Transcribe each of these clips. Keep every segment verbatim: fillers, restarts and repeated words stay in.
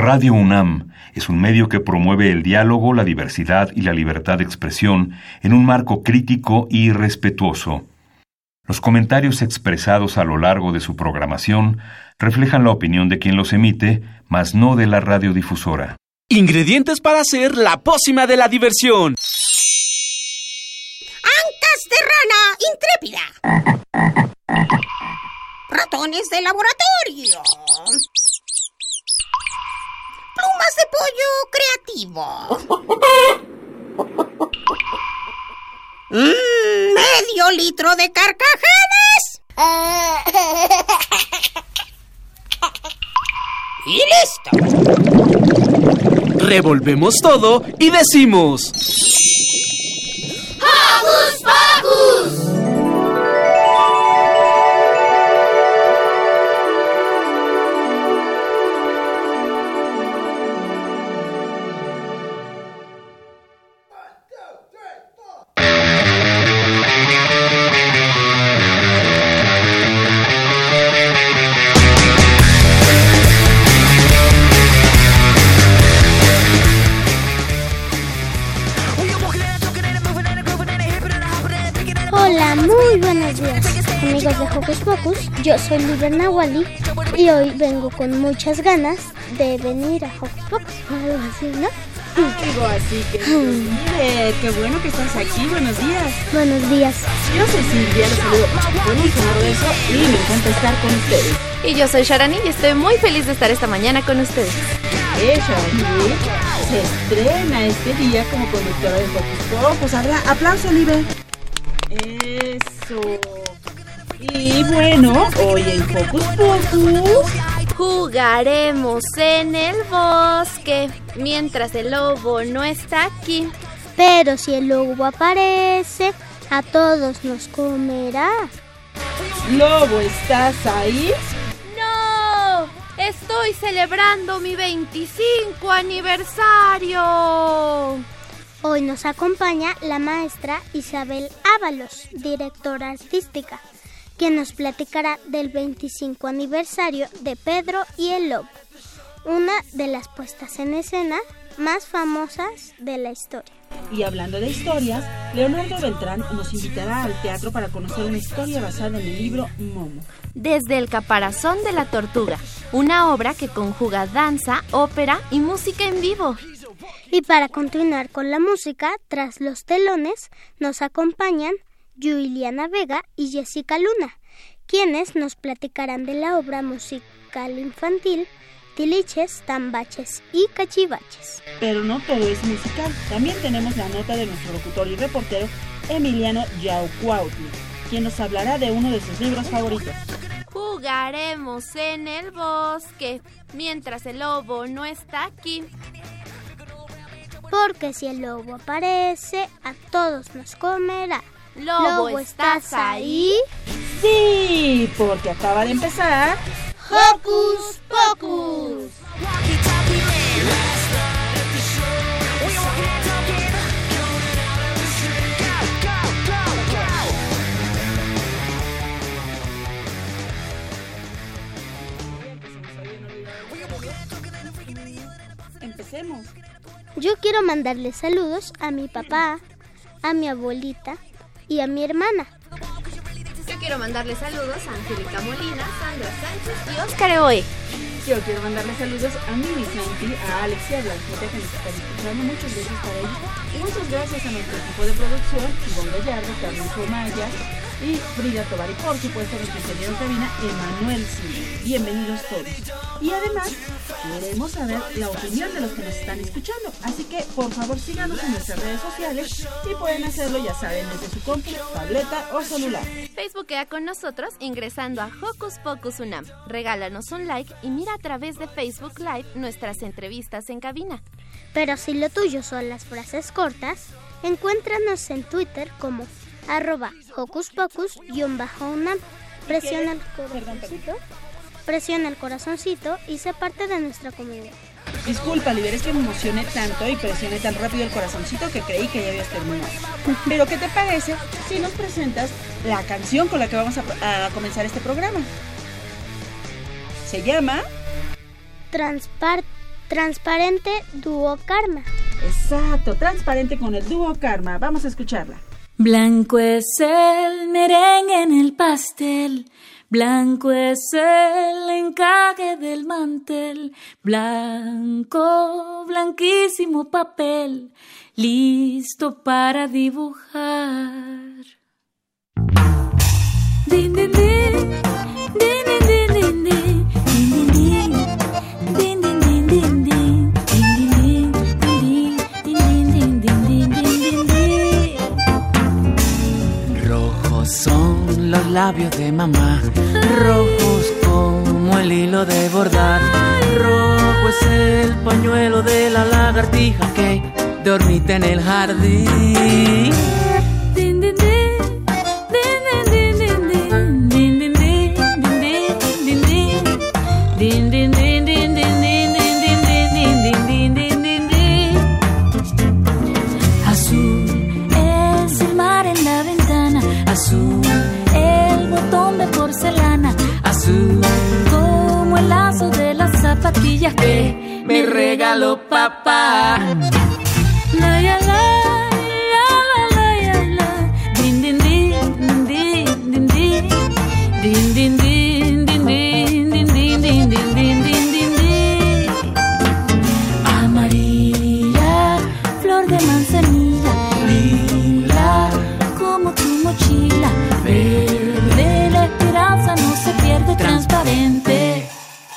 Radio UNAM es un medio que promueve el diálogo, la diversidad y la libertad de expresión en un marco crítico y respetuoso. Los comentarios expresados a lo largo de su programación reflejan la opinión de quien los emite, mas no de la radiodifusora. Ingredientes para hacer la pócima de la diversión. Ancas de rana intrépida. Ratones de laboratorio. Plumas de pollo creativo. Mm, medio litro de carcajadas. Y listo. Revolvemos todo y decimos... ¡Hocus Pocus! Hola, muy buenos días, amigos de Hocus Pocus. Yo soy Liberna Wally y hoy vengo con muchas ganas de venir a Hocus Pocus o algo así, ¿no? Algo así, que mire, qué bueno que estás aquí, buenos días. Buenos días. Yo soy Silvia, los saludo con un sonoro beso y me encanta estar con ustedes. Y yo soy Sharani y estoy muy feliz de estar esta mañana con ustedes. Eh, Sharani se estrena este día como conductora de Hocus Pocus. Habla, aplauso, Libe. Eso. Y bueno, hoy en Hocus Pocus jugaremos en el bosque mientras el lobo no está aquí. Pero si el lobo aparece, a todos nos comerá. Lobo, ¿estás ahí? ¡No! Estoy celebrando mi veinticinco aniversario. Hoy nos acompaña la maestra Isabel Ábalos, directora artística, quien nos platicará del veinticinco aniversario de Pedro y el Lobo, una de las puestas en escena más famosas de la historia. Y hablando de historias, Leonardo Beltrán nos invitará al teatro para conocer una historia basada en el libro Momo. Desde el caparazón de la tortuga, una obra que conjuga danza, ópera y música en vivo. Y para continuar con la música, tras los telones nos acompañan Yuliana Vega y Jessica Luna, quienes nos platicarán de la obra musical infantil Tiliches, Tambaches y Cachivaches. Pero no todo es musical, también tenemos la nota de nuestro locutor y reportero Emiliano Yaucuautli, quien nos hablará de uno de sus libros favoritos. Jugaremos en el bosque mientras el lobo no está aquí. Porque si el lobo aparece, a todos nos comerá. ¿Lobo, ¿Lobo estás ahí? Sí, porque acaba de empezar Hocus Pocus. Empecemos. Yo quiero mandarle saludos a mi papá, a mi abuelita y a mi hermana. Yo quiero mandarle saludos a Angélica Molina, Sandra Sánchez y Óscar Eoe. Yo quiero mandarle saludos a Mimi Santi, a Alexia Blanqueta, que nos está escuchando. Muchas gracias para ellos. Y muchas gracias a nuestro equipo de producción, Ivonne Gallardo, Carmen Comaya y Frida Tovar. Y por supuesto, nuestro ingeniero en cabina, Emanuel Silva. Bienvenidos todos. Y además, queremos saber la opinión de los que nos están escuchando. Así que, por favor, síganos en nuestras redes sociales y pueden hacerlo, ya saben, desde su compu, tableta o celular. Facebookea con nosotros ingresando a Hocus Pocus UNAM. Regálanos un like y mira a través de Facebook Live nuestras entrevistas en cabina. Pero si lo tuyo son las frases cortas, encuéntranos en Twitter como arroba Hocus Pocus-UNAM. Presiona el corazoncito, presiona el corazoncito y sé parte de nuestra comunidad. Disculpa, Liber, es que me emocioné tanto y presioné tan rápido el corazoncito que creí que ya habías terminado. Pero ¿qué te parece si nos presentas la canción con la que vamos a, a comenzar este programa? Se llama... Transpar, Transparente dúo Karma. Exacto, transparente con el dúo Karma. Vamos a escucharla. Blanco es el merengue en el pastel, blanco es el encaje del mantel, blanco, blanquísimo papel, listo para dibujar. Din, din, din, din, din, din, din, din, din, din, din, din, din, din, din, din, din, din, din, din. Rojos son los labios de mamá, rojos como el hilo de bordar. Rojo es el pañuelo de la lagartija que dormita en el jardín. Din, din, din. Din, din, din, din, din, din, din, din, din, din, din, din, din, din. Azul es el mar en la ventana, azul el botón de porcelana, azul como el lazo de las zapatillas que me regaló papá. La, la, la, la, la, la, la. Din, din, din, din, din, din, din, din, din, din. Din, din, din, din, din, din. Amarilla, flor de manzanilla, lila, como tu mochila, verde, la esperanza no se pierde, transparente.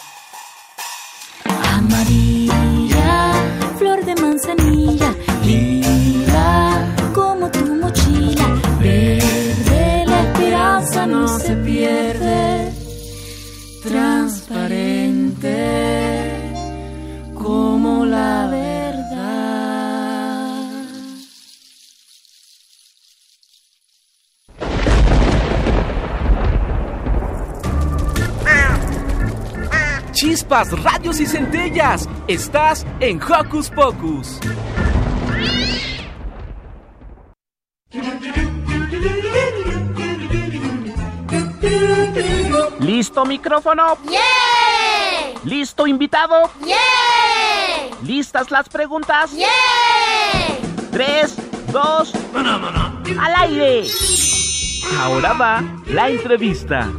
Amarilla, flor de manzanilla, lila, como tu mochila, verde, la esperanza no se pierde, transparente como la verdad. Chispas, rayos y centellas. Estás en Hocus Pocus. ¿Listo micrófono? ¡Yeah! ¿Listo invitado? ¡Yeah! ¿Listas las preguntas? ¡Yeah! Tres, dos, al aire. Ahora va la entrevista.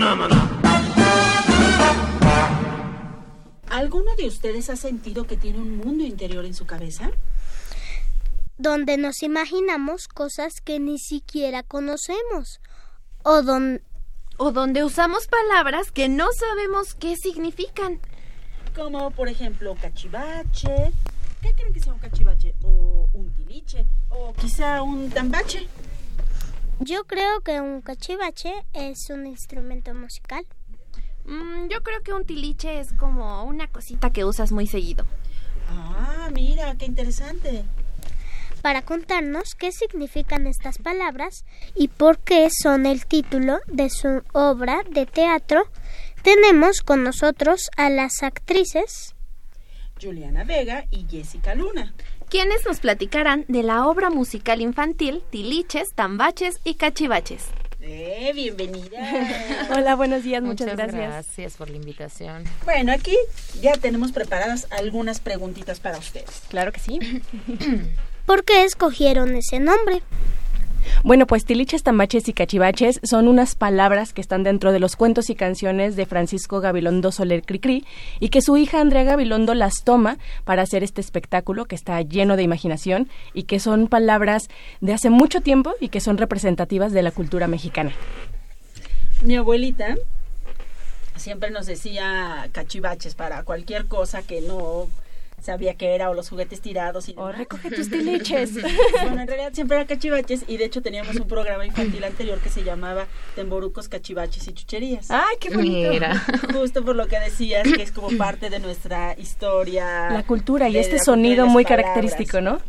¿Alguno de ustedes ha sentido que tiene un mundo interior en su cabeza? Donde nos imaginamos cosas que ni siquiera conocemos. O donde... O donde usamos palabras que no sabemos qué significan. Como, por ejemplo, cachivache. ¿Qué creen que sea un cachivache? O un tiliche. O quizá un tambache. Yo creo que un cachivache es un instrumento musical. Mm, yo creo que un tiliche es como una cosita que usas muy seguido. Ah, mira, qué interesante. Para contarnos qué significan estas palabras y por qué son el título de su obra de teatro, tenemos con nosotros a las actrices Juliana Vega y Jessica Luna, quienes nos platicarán de la obra musical infantil Tiliches, Tambaches y Cachivaches. Eh, bienvenida. Hola, buenos días, muchas, muchas gracias. Gracias por la invitación. Bueno, aquí ya tenemos preparadas algunas preguntitas para ustedes. Claro que sí. ¿Por qué escogieron ese nombre? Bueno, pues tiliches, tambaches y cachivaches son unas palabras que están dentro de los cuentos y canciones de Francisco Gabilondo Soler Cricri y que su hija Andrea Gabilondo las toma para hacer este espectáculo que está lleno de imaginación y que son palabras de hace mucho tiempo y que son representativas de la cultura mexicana. Mi abuelita siempre nos decía cachivaches para cualquier cosa que no sabía qué era, o los juguetes tirados y demás. O recoge tus tiliches. Bueno, en realidad siempre era cachivaches y de hecho teníamos un programa infantil anterior que se llamaba Temborucos, Cachivaches y Chucherías. ¡Ay, qué bonito! Mira. Justo por lo que decías, que es como parte de nuestra historia. La cultura y este sonido muy palabras. Característico, ¿no?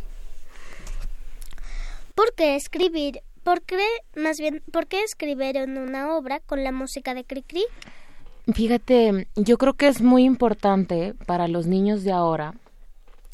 ¿Por qué escribir? ¿Por qué, más bien, por qué escribir en una obra con la música de Cricri? Fíjate, yo creo que es muy importante para los niños de ahora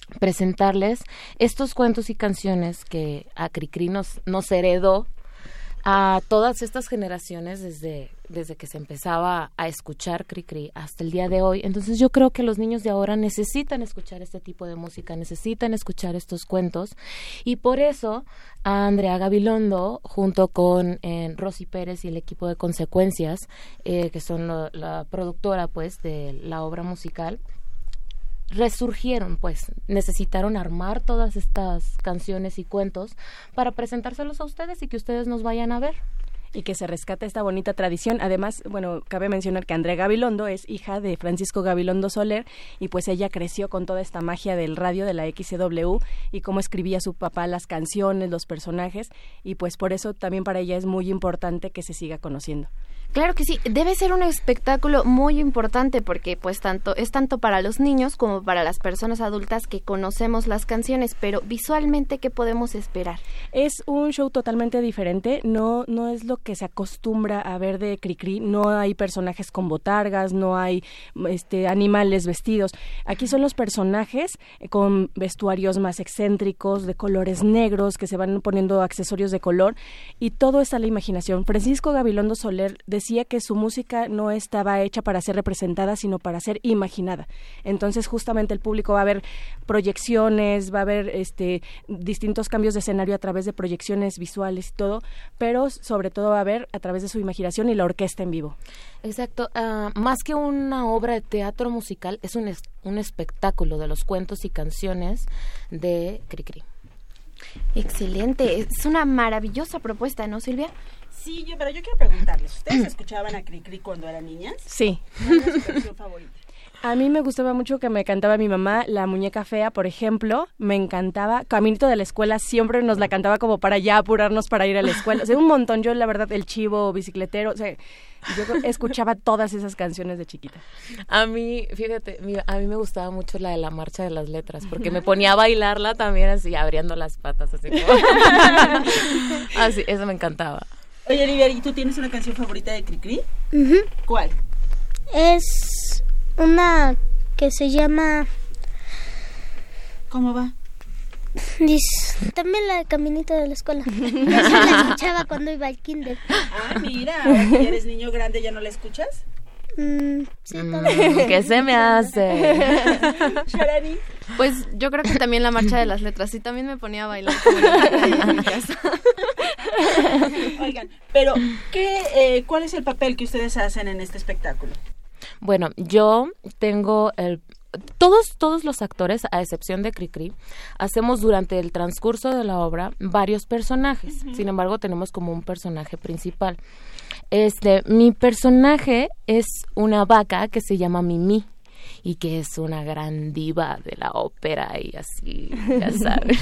presentarles estos cuentos y canciones que a Cricri nos, nos heredó a todas estas generaciones desde, desde que se empezaba a escuchar Cricri hasta el día de hoy. Entonces yo creo que los niños de ahora necesitan escuchar este tipo de música, necesitan escuchar estos cuentos, y por eso a Andrea Gabilondo, junto con eh, Rosy Pérez y el equipo de Consecuencias, eh, que son lo, la productora pues de la obra musical, resurgieron, pues necesitaron armar todas estas canciones y cuentos para presentárselos a ustedes y que ustedes nos vayan a ver. Y que se rescate esta bonita tradición. Además, bueno, cabe mencionar que Andrea Gabilondo es hija de Francisco Gabilondo Soler, y pues ella creció con toda esta magia del radio, de la X C W, y cómo escribía su papá las canciones, los personajes, y pues por eso también para ella es muy importante que se siga conociendo. Claro que sí, debe ser un espectáculo muy importante porque pues tanto es tanto para los niños como para las personas adultas que conocemos las canciones, pero visualmente, ¿qué podemos esperar? Es un show totalmente diferente, no no es lo que se acostumbra a ver de Cricri, no hay personajes con botargas, no hay este animales vestidos. Aquí son los personajes con vestuarios más excéntricos, de colores negros, que se van poniendo accesorios de color, y todo está a la imaginación. Francisco Gabilondo Soler decía que su música no estaba hecha para ser representada, sino para ser imaginada. Entonces, justamente el público va a ver proyecciones, va a ver este distintos cambios de escenario a través de proyecciones visuales y todo, pero sobre todo va a ver a través de su imaginación y la orquesta en vivo. Exacto, uh, más que una obra de teatro musical, es un, es, un espectáculo de los cuentos y canciones de Cricri. Excelente, es una maravillosa propuesta, ¿no, Silvia? Sí, yo, pero yo quiero preguntarles, ¿ustedes escuchaban a Cricri cuando eran niñas? Sí. ¿Cuál era su canción favorita? A mí me gustaba mucho que me cantaba mi mamá La Muñeca Fea, por ejemplo, me encantaba. Caminito de la Escuela siempre nos la cantaba como para ya apurarnos para ir a la escuela. O sea, un montón. Yo, la verdad, El Chivo, Bicicletero, o sea, yo escuchaba todas esas canciones de chiquita. A mí, fíjate, a mí me gustaba mucho la de La Marcha de las Letras, porque me ponía a bailarla también así, abriendo las patas, así como... así, eso me encantaba. Oye, Olivia, ¿y tú tienes una canción favorita de Cricri? Uh-huh. ¿Cuál? Es una que se llama... ¿Cómo va? Dice, también la de Caminito de la Escuela. Esa la escuchaba cuando iba al kinder. Ah, mira, ahora que eres niño grande, ¿ya no la escuchas? Mm, sí, mm, ¿Qué se me hace? Sharani. Pues yo creo que también La Marcha de las Letras, y también me ponía a bailar como en mi casa. Oigan, pero ¿qué, eh, ¿cuál es el papel que ustedes hacen en este espectáculo? Bueno, yo tengo el... Todos, todos los actores, a excepción de Cricri, hacemos durante el transcurso de la obra varios personajes. Uh-huh. Sin embargo, tenemos como un personaje principal. Este, mi personaje es una vaca que se llama Mimi y que es una gran diva de la ópera y así, ya saben.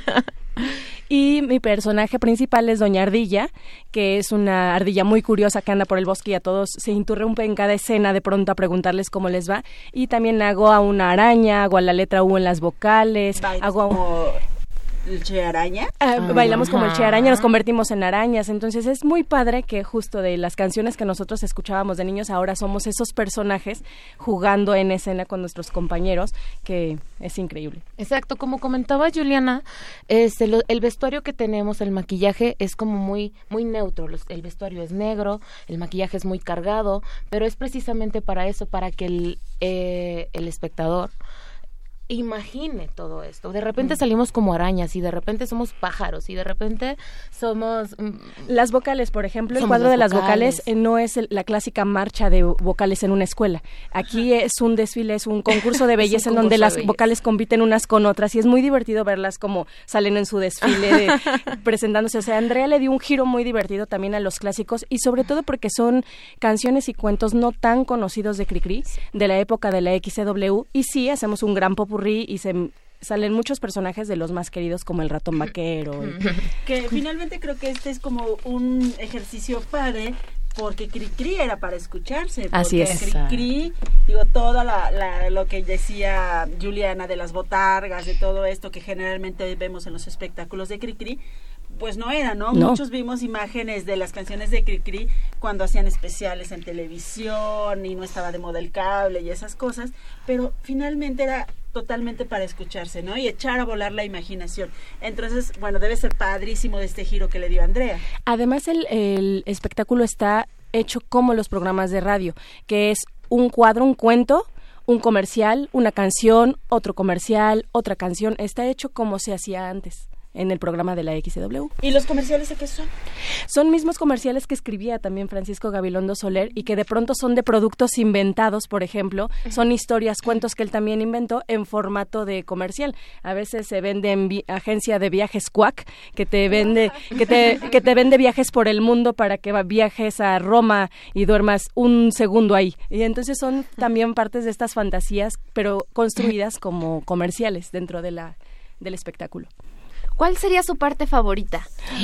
Y mi personaje principal es Doña Ardilla, que es una ardilla muy curiosa que anda por el bosque y a todos se interrumpe en cada escena de pronto a preguntarles cómo les va. Y también hago a una araña, hago a la letra U en las vocales. Hago a un... como el Che Araña. Ah, bailamos como el Che Araña, nos convertimos en arañas. Entonces es muy padre que justo de las canciones que nosotros escuchábamos de niños, ahora somos esos personajes jugando en escena con nuestros compañeros, que es increíble. Exacto, como comentaba Juliana, este, lo, el vestuario que tenemos, el maquillaje es como muy, muy neutro. Los, el vestuario es negro, el maquillaje es muy cargado, pero es precisamente para eso, para que el, eh, el espectador imagine todo esto. De repente salimos como arañas y de repente somos pájaros y de repente somos... Las vocales, por ejemplo, el cuadro de las vocales, vocales eh, no es el, la clásica marcha de vocales en una escuela. Aquí Ajá. es un desfile, es un concurso de belleza en donde las vocales compiten unas con otras y es muy divertido verlas como salen en su desfile de, presentándose. O sea, Andrea le dio un giro muy divertido también a los clásicos y sobre todo porque son canciones y cuentos no tan conocidos de Cricri, de la época de la X C W, y sí, hacemos un gran popurrí y se salen muchos personajes de los más queridos como el ratón vaquero. Y... que finalmente creo que este es como un ejercicio padre porque Cricri era para escucharse. Así es. Cricri, digo, todo la, la, lo que decía Juliana de las botargas, de todo esto que generalmente vemos en los espectáculos de Cricri, pues no era, ¿no? no. Muchos vimos imágenes de las canciones de Cricri cuando hacían especiales en televisión y no estaba de moda el cable y esas cosas, pero finalmente era totalmente para escucharse, ¿no? Y echar a volar la imaginación. Entonces, bueno, debe ser padrísimo de este giro que le dio Andrea. Además, el, el espectáculo está hecho como los programas de radio, que es un cuadro, un cuento, un comercial, una canción, otro comercial, otra canción. Está hecho como se hacía antes en el programa de la X C W. ¿Y los comerciales de qué son? Son mismos comerciales que escribía también Francisco Gabilondo Soler y que de pronto son de productos inventados, por ejemplo, son historias, cuentos que él también inventó en formato de comercial. A veces se vende en vi- agencia de viajes Quack, que te vende que te que te vende viajes por el mundo para que viajes a Roma y duermas un segundo ahí. Y entonces son también partes de estas fantasías, pero construidas como comerciales dentro de la del espectáculo. ¿Cuál sería su parte favorita?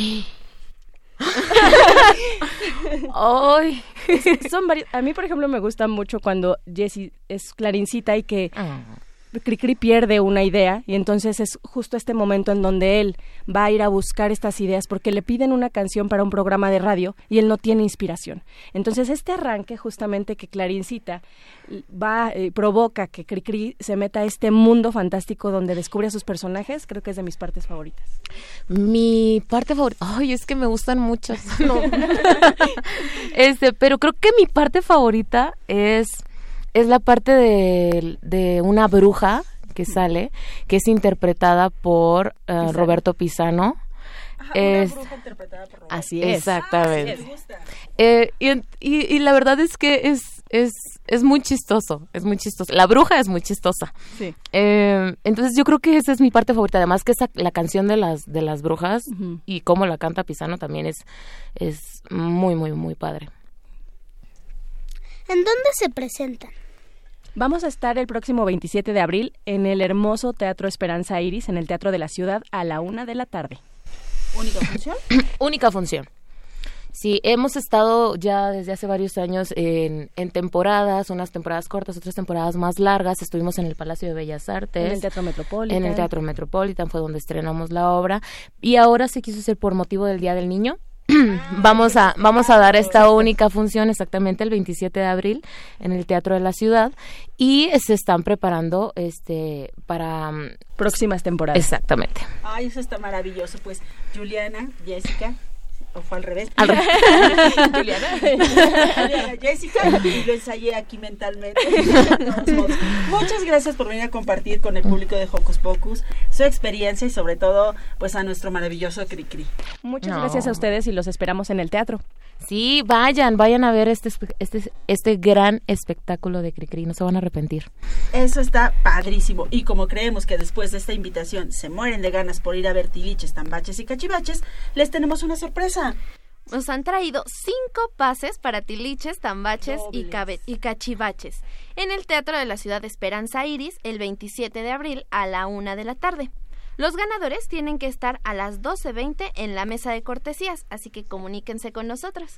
Ay, son varios. A mí, por ejemplo, me gusta mucho cuando Jessie es Clarincita y que Cricri pierde una idea, y entonces es justo este momento en donde él va a ir a buscar estas ideas porque le piden una canción para un programa de radio y él no tiene inspiración. Entonces este arranque justamente que Clarincita va eh, provoca que Cricri se meta a este mundo fantástico donde descubre a sus personajes, creo que es de mis partes favoritas. Mi parte favorita, ay, es que me gustan muchas. No. este, pero creo que mi parte favorita es es la parte de, de una bruja que sale, que es interpretada por uh, Roberto Pisano. Ajá, es, una bruja interpretada por Roberto. Así es. Exactamente. Ah, sí, me gusta. Eh, y, y, y la verdad es que es, es, es muy chistoso, es muy chistoso. La bruja es muy chistosa. Sí. Eh, entonces yo creo que esa es mi parte favorita. Además que esa, la canción de las, de las brujas uh-huh. y cómo la canta Pisano también es, es muy, muy, muy padre. ¿En dónde se presentan? Vamos a estar el próximo veintisiete de abril en el hermoso Teatro Esperanza Iris, en el Teatro de la Ciudad, a la una de la tarde. ¿Única función? Única función. Sí, hemos estado ya desde hace varios años en, en temporadas, unas temporadas cortas, otras temporadas más largas. Estuvimos en el Palacio de Bellas Artes. En el Teatro Metropolitan. En el Teatro Metropolitan fue donde estrenamos la obra. Y ahora se quiso hacer por motivo del Día del Niño. vamos a vamos a dar esta única función exactamente el veintisiete de abril en el Teatro de la Ciudad y se están preparando este para próximas temporadas. Exactamente. Ay, eso está maravilloso. Pues Juliana, Jessica, o fue al revés. Al revés. Juliana, Juliana, Jessica, y lo ensayé aquí mentalmente. Muchas gracias por venir a compartir con el público de Hocus Pocus su experiencia y sobre todo pues a nuestro maravilloso Cricri. Muchas No. gracias a ustedes y los esperamos en el teatro. Sí, vayan, vayan a ver este este este gran espectáculo de Cricri, no se van a arrepentir. Eso está padrísimo. Y como creemos que después de esta invitación se mueren de ganas por ir a ver tiliches, tambaches y cachivaches, les tenemos una sorpresa. Nos han traído cinco pases para tiliches, tambaches y, cabe- y cachivaches en el Teatro de la Ciudad de Esperanza Iris el veintisiete de abril a la una de la tarde. Los ganadores tienen que estar a las doce veinte en la mesa de cortesías, así que comuníquense con nosotros.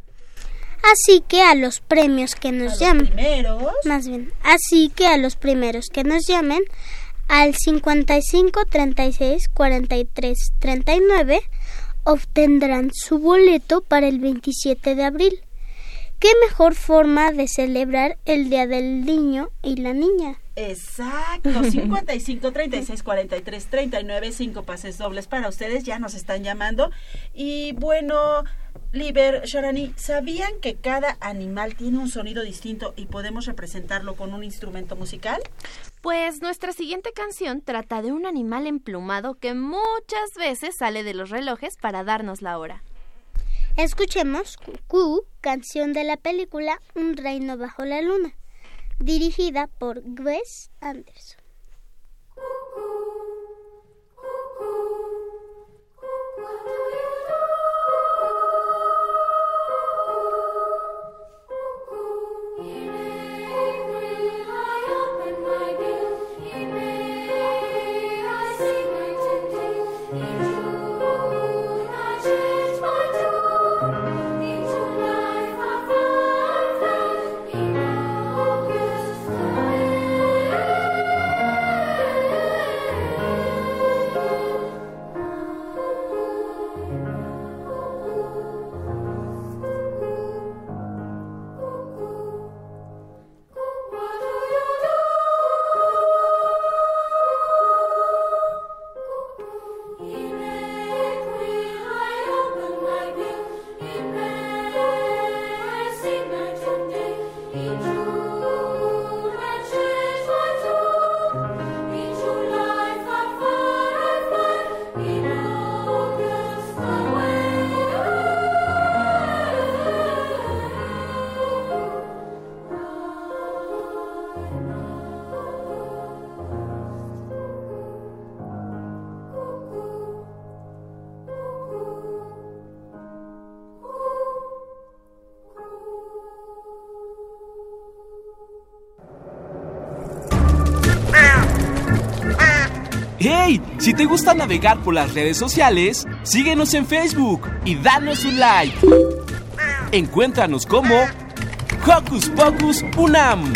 Así que a los premios que nos ¿A llamen. los primeros? Más bien, así que a los primeros que nos llamen al cincuenta y cinco treinta y seis cuarenta y tres treinta y nueve obtendrán su boleto para el veintisiete de abril. ¿Qué mejor forma de celebrar el Día del Niño y la Niña? Exacto, cincuenta y cinco treinta y seis cuarenta y tres treinta y nueve, cinco pases dobles para ustedes, ya nos están llamando. Y bueno, Liber, Sharani, ¿sabían que cada animal tiene un sonido distinto y podemos representarlo con un instrumento musical? Pues nuestra siguiente canción trata de un animal emplumado que muchas veces sale de los relojes para darnos la hora. Escuchemos Cucú, canción de la película Un reino bajo la luna, dirigida por Wes Anderson. Thank you. ¡Hey! Si te gusta navegar por las redes sociales, síguenos en Facebook y danos un like. Encuéntranos como Hocus Pocus Unam.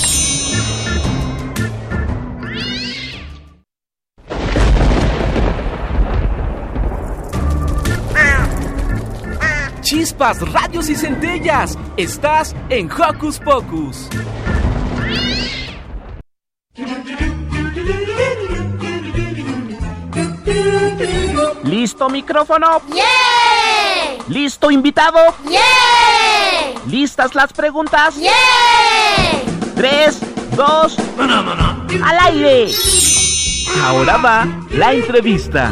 Chispas, rayos y centellas. Estás en Hocus Pocus. ¿Listo micrófono? ¡Yeah! ¿Listo invitado? ¡Yeah! ¿Listas las preguntas? ¡Yeah! Tres, dos, al aire. Ahora va la entrevista.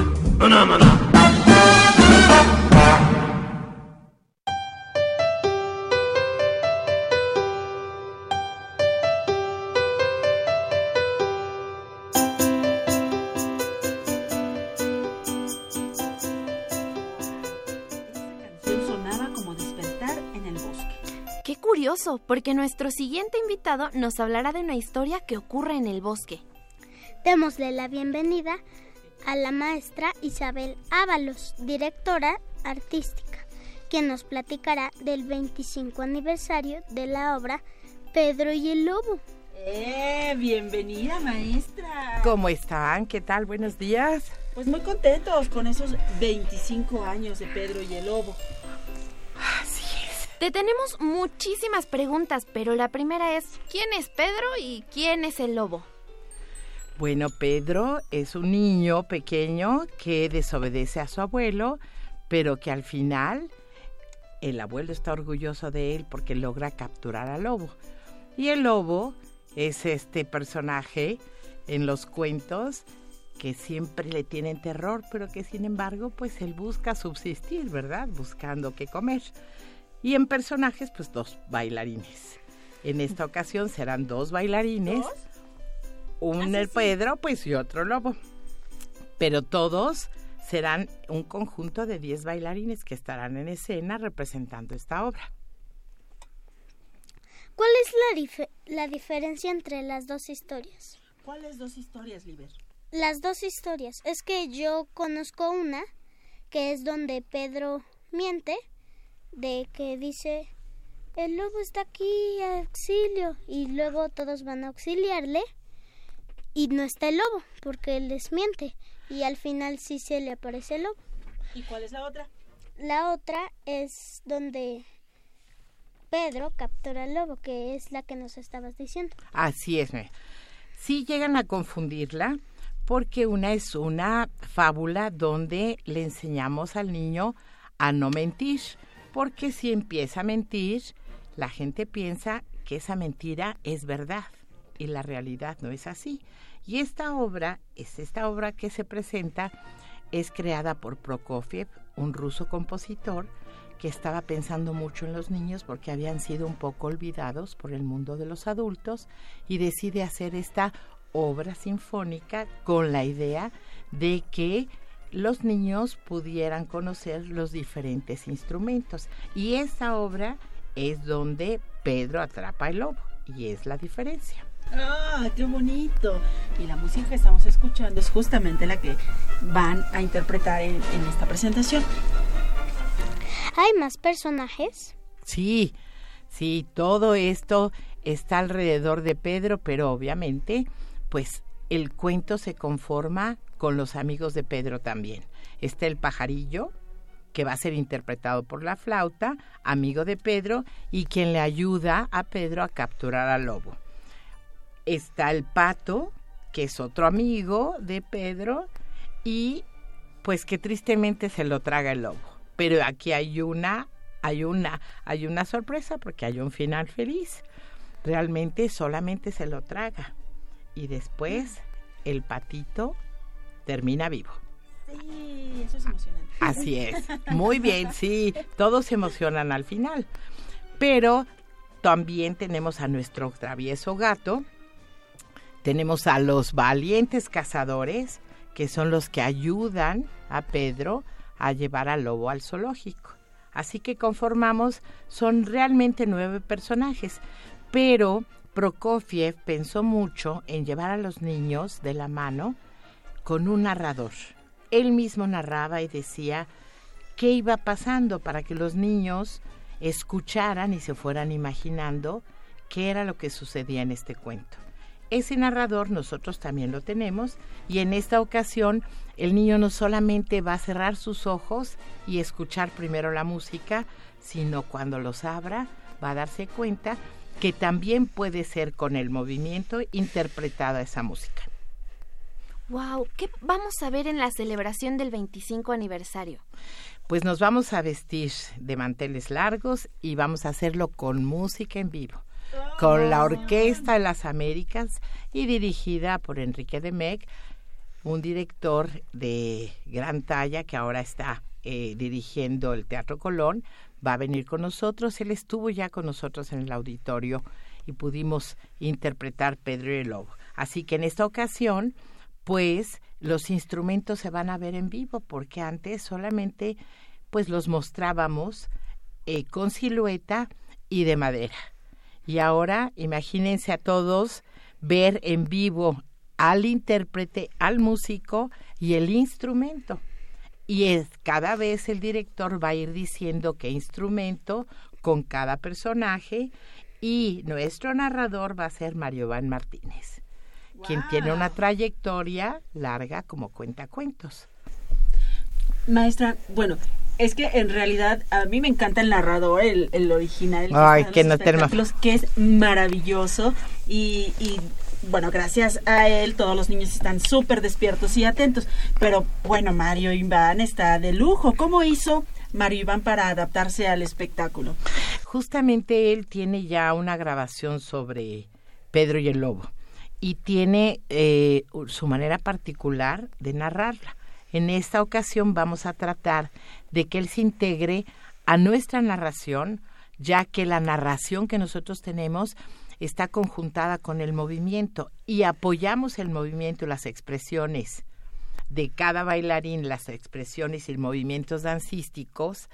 Porque nuestro siguiente invitado nos hablará de una historia que ocurre en el bosque. Démosle la bienvenida a la maestra Isabel Ábalos, directora artística, quien nos platicará del veinticinco aniversario de la obra Pedro y el Lobo. ¡Eh! Bienvenida, maestra. ¿Cómo están? ¿Qué tal? Buenos días. Pues muy contentos con esos veinticinco años de Pedro y el Lobo. Así es. Te tenemos muchísimas preguntas, pero la primera es, ¿quién es Pedro y quién es el lobo? Bueno, Pedro es un niño pequeño que desobedece a su abuelo, pero que al final el abuelo está orgulloso de él porque logra capturar al lobo. Y el lobo es este personaje en los cuentos que siempre le tienen terror, pero que sin embargo, pues él busca subsistir, ¿verdad? Buscando qué comer. Y en personajes, pues dos bailarines. En esta ocasión serán dos bailarines. ¿Dos? Un el Pedro, pues, y otro lobo. Pero todos serán un conjunto de diez bailarines que estarán en escena representando esta obra. ¿Cuál es la, dif- la diferencia entre las dos historias? ¿Cuáles dos historias, Liber? Las dos historias. Es que yo conozco una que es donde Pedro miente, de que dice, el lobo está aquí, auxilio, y luego todos van a auxiliarle y no está el lobo porque él les miente y al final sí se le aparece el lobo. ¿Y cuál es la otra? La otra es donde Pedro captura al lobo, que es la que nos estabas diciendo. Así es. Sí llegan a confundirla porque una es una fábula donde le enseñamos al niño a no mentir, porque si empieza a mentir, la gente piensa que esa mentira es verdad y la realidad no es así. Y esta obra, es esta obra que se presenta, es creada por Prokofiev, un ruso compositor que estaba pensando mucho en los niños porque habían sido un poco olvidados por el mundo de los adultos y decide hacer esta obra sinfónica con la idea de que los niños pudieran conocer los diferentes instrumentos. Y esta obra es donde Pedro atrapa al lobo y es la diferencia. ¡Ah, qué bonito! Y la música que estamos escuchando es justamente la que van a interpretar en, en esta presentación. ¿Hay más personajes? Sí, sí, todo esto está alrededor de Pedro, pero obviamente, pues el cuento se conforma con los amigos de Pedro también. Está el pajarillo, que va a ser interpretado por la flauta, amigo de Pedro, y quien le ayuda a Pedro a capturar al lobo. Está el pato, que es otro amigo de Pedro, y pues que tristemente se lo traga el lobo. Pero aquí hay una, hay una, hay una sorpresa porque hay un final feliz. Realmente solamente se lo traga. Y después el patito termina vivo. Sí, eso es emocionante. Así es. Muy bien, sí. Todos se emocionan al final. Pero también tenemos a nuestro travieso gato. Tenemos a los valientes cazadores, que son los que ayudan a Pedro a llevar al lobo al zoológico. Así que conformamos, son realmente nueve personajes. Pero Prokofiev pensó mucho en llevar a los niños de la mano con un narrador. Él mismo narraba y decía qué iba pasando para que los niños escucharan y se fueran imaginando qué era lo que sucedía en este cuento. Ese narrador nosotros también lo tenemos y en esta ocasión el niño no solamente va a cerrar sus ojos y escuchar primero la música, sino cuando los abra va a darse cuenta que también puede ser con el movimiento interpretada esa música. Wow, ¿qué vamos a ver en la celebración del veinticinco aniversario? Pues nos vamos a vestir de manteles largos y vamos a hacerlo con música en vivo, con la Orquesta de las Américas y dirigida por Enrique Demecq, un director de gran talla que ahora está eh, dirigiendo el Teatro Colón. Va a venir con nosotros, él estuvo ya con nosotros en el auditorio y pudimos interpretar Pedro y el Lobo. Así que en esta ocasión, pues los instrumentos se van a ver en vivo, porque antes solamente pues los mostrábamos eh, con silueta y de madera. Y ahora imagínense a todos ver en vivo al intérprete, al músico y el instrumento. Y es, cada vez el director va a ir diciendo qué instrumento con cada personaje y nuestro narrador va a ser Mario Van Martínez, wow, quien tiene una trayectoria larga como cuentacuentos. Maestra, bueno, es que en realidad a mí me encanta el narrador, el, el original, el Ay, que, que no tenemos, que es maravilloso y, y bueno, gracias a él todos los niños están súper despiertos y atentos, pero bueno, Mario Iván está de lujo. ¿Cómo hizo Mario Iván para adaptarse al espectáculo? Justamente él tiene ya una grabación sobre Pedro y el Lobo y tiene eh, su manera particular de narrarla. En esta ocasión vamos a tratar de que él se integre a nuestra narración, ya que la narración que nosotros tenemos está conjuntada con el movimiento y apoyamos el movimiento y las expresiones de cada bailarín, las expresiones y movimientos dancísticos,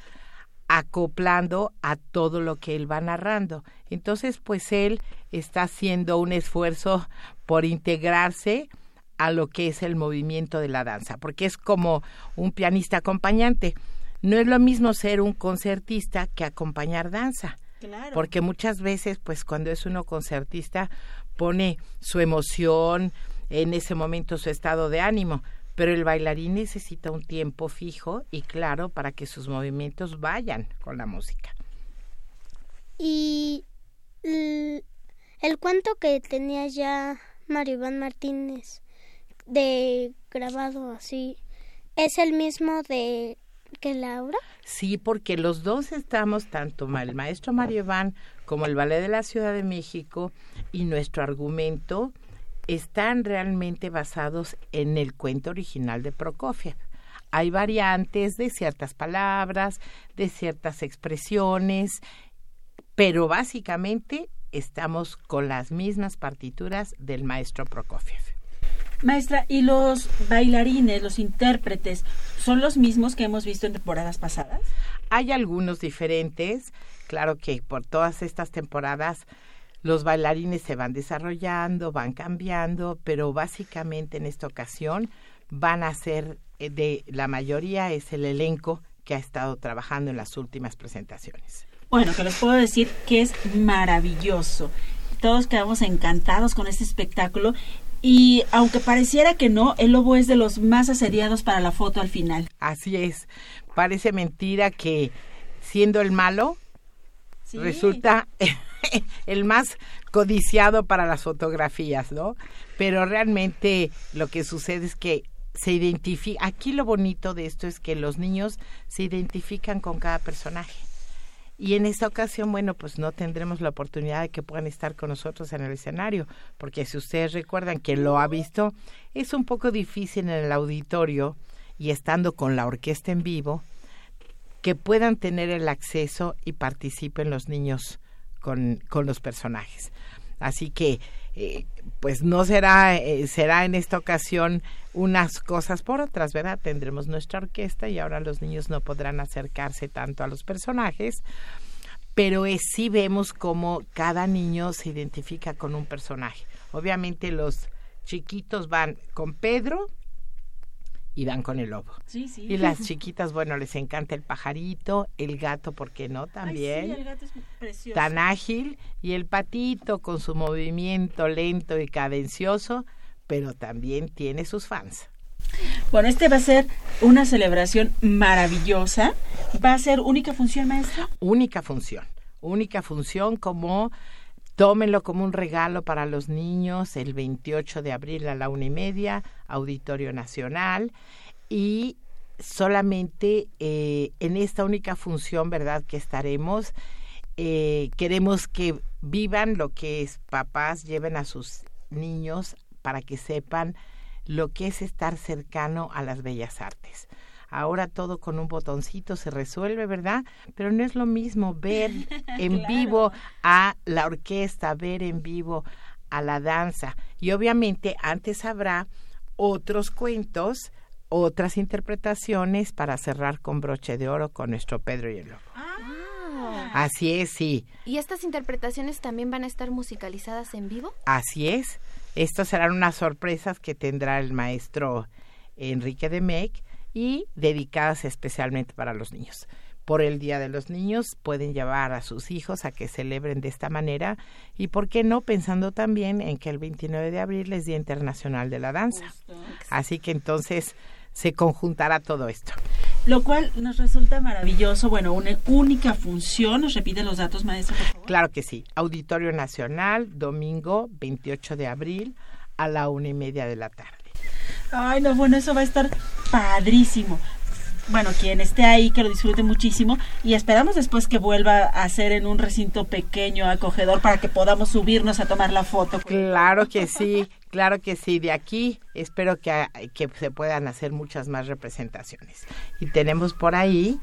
acoplando a todo lo que él va narrando. Entonces, pues él está haciendo un esfuerzo por integrarse a lo que es el movimiento de la danza, porque es como un pianista acompañante. No es lo mismo ser un concertista que acompañar danza. Claro. Porque muchas veces, pues cuando es uno concertista, pone su emoción, en ese momento su estado de ánimo, pero el bailarín necesita un tiempo fijo y claro para que sus movimientos vayan con la música. Y el, el cuento que tenía ya Mario Iván Martínez de grabado así, ¿es el mismo de que Laura? Sí, porque los dos estamos, tanto el maestro Mario Iván como el Ballet de la Ciudad de México y nuestro argumento están realmente basados en el cuento original de Prokofiev. Hay variantes de ciertas palabras, de ciertas expresiones, pero básicamente estamos con las mismas partituras del maestro Prokofiev. Maestra, ¿y los bailarines, los intérpretes, son los mismos que hemos visto en temporadas pasadas? Hay algunos diferentes, claro que por todas estas temporadas los bailarines se van desarrollando, van cambiando, pero básicamente en esta ocasión van a ser, de la mayoría es el elenco que ha estado trabajando en las últimas presentaciones. Bueno, que les puedo decir que es maravilloso. Todos quedamos encantados con este espectáculo. Y aunque pareciera que no, el lobo es de los más asediados para la foto al final. Así es. Parece mentira que siendo el malo, sí, resulta el más codiciado para las fotografías, ¿no? Pero realmente lo que sucede es que se identifica. Aquí lo bonito de esto es que los niños se identifican con cada personaje. Y en esta ocasión, bueno, pues no tendremos la oportunidad de que puedan estar con nosotros en el escenario, porque si ustedes recuerdan que lo ha visto, es un poco difícil en el auditorio y estando con la orquesta en vivo, que puedan tener el acceso y participen los niños con, con los personajes. Así que, eh, pues no será, eh, será en esta ocasión unas cosas por otras, ¿verdad? Tendremos nuestra orquesta y ahora los niños no podrán acercarse tanto a los personajes, pero es, sí vemos cómo cada niño se identifica con un personaje. Obviamente los chiquitos van con Pedro y dan con el lobo. Sí, sí. Y las chiquitas, bueno, les encanta el pajarito, el gato, ¿por qué no? También. Ay, sí, el gato es precioso. Tan ágil, y el patito con su movimiento lento y cadencioso, pero también tiene sus fans. Bueno, este va a ser una celebración maravillosa. ¿Va a ser única función, maestra? Única función, única función como... Tómenlo como un regalo para los niños el veintiocho de abril a la una y media, Auditorio Nacional, y solamente eh, en esta única función, ¿verdad?, que estaremos, eh, queremos que vivan lo que es papás, lleven a sus niños para que sepan lo que es estar cercano a las bellas artes. Ahora todo con un botoncito se resuelve, ¿verdad? Pero no es lo mismo ver en claro. vivo a la orquesta, ver en vivo a la danza. Y obviamente antes habrá otros cuentos, otras interpretaciones para cerrar con broche de oro con nuestro Pedro y el Lobo. Ah. Así es, sí. ¿Y estas interpretaciones también van a estar musicalizadas en vivo? Así es. Estas serán unas sorpresas que tendrá el maestro Enrique de Mec, y dedicadas especialmente para los niños. Por el Día de los Niños pueden llevar a sus hijos a que celebren de esta manera, y por qué no, pensando también en que el veintinueve de abril es Día Internacional de la Danza. Justo. Así que entonces se conjuntará todo esto. Lo cual nos resulta maravilloso. Bueno, una única función. ¿Nos repite los datos, maestro, por favor? Claro que sí. Auditorio Nacional, domingo veintiocho de abril a la una y media de la tarde. Ay, no, bueno, eso va a estar padrísimo. Bueno, quien esté ahí, que lo disfrute muchísimo, y esperamos después que vuelva a ser en un recinto pequeño, acogedor, para que podamos subirnos a tomar la foto. Claro que sí, claro que sí. De aquí espero que, que se puedan hacer muchas más representaciones. Y tenemos por ahí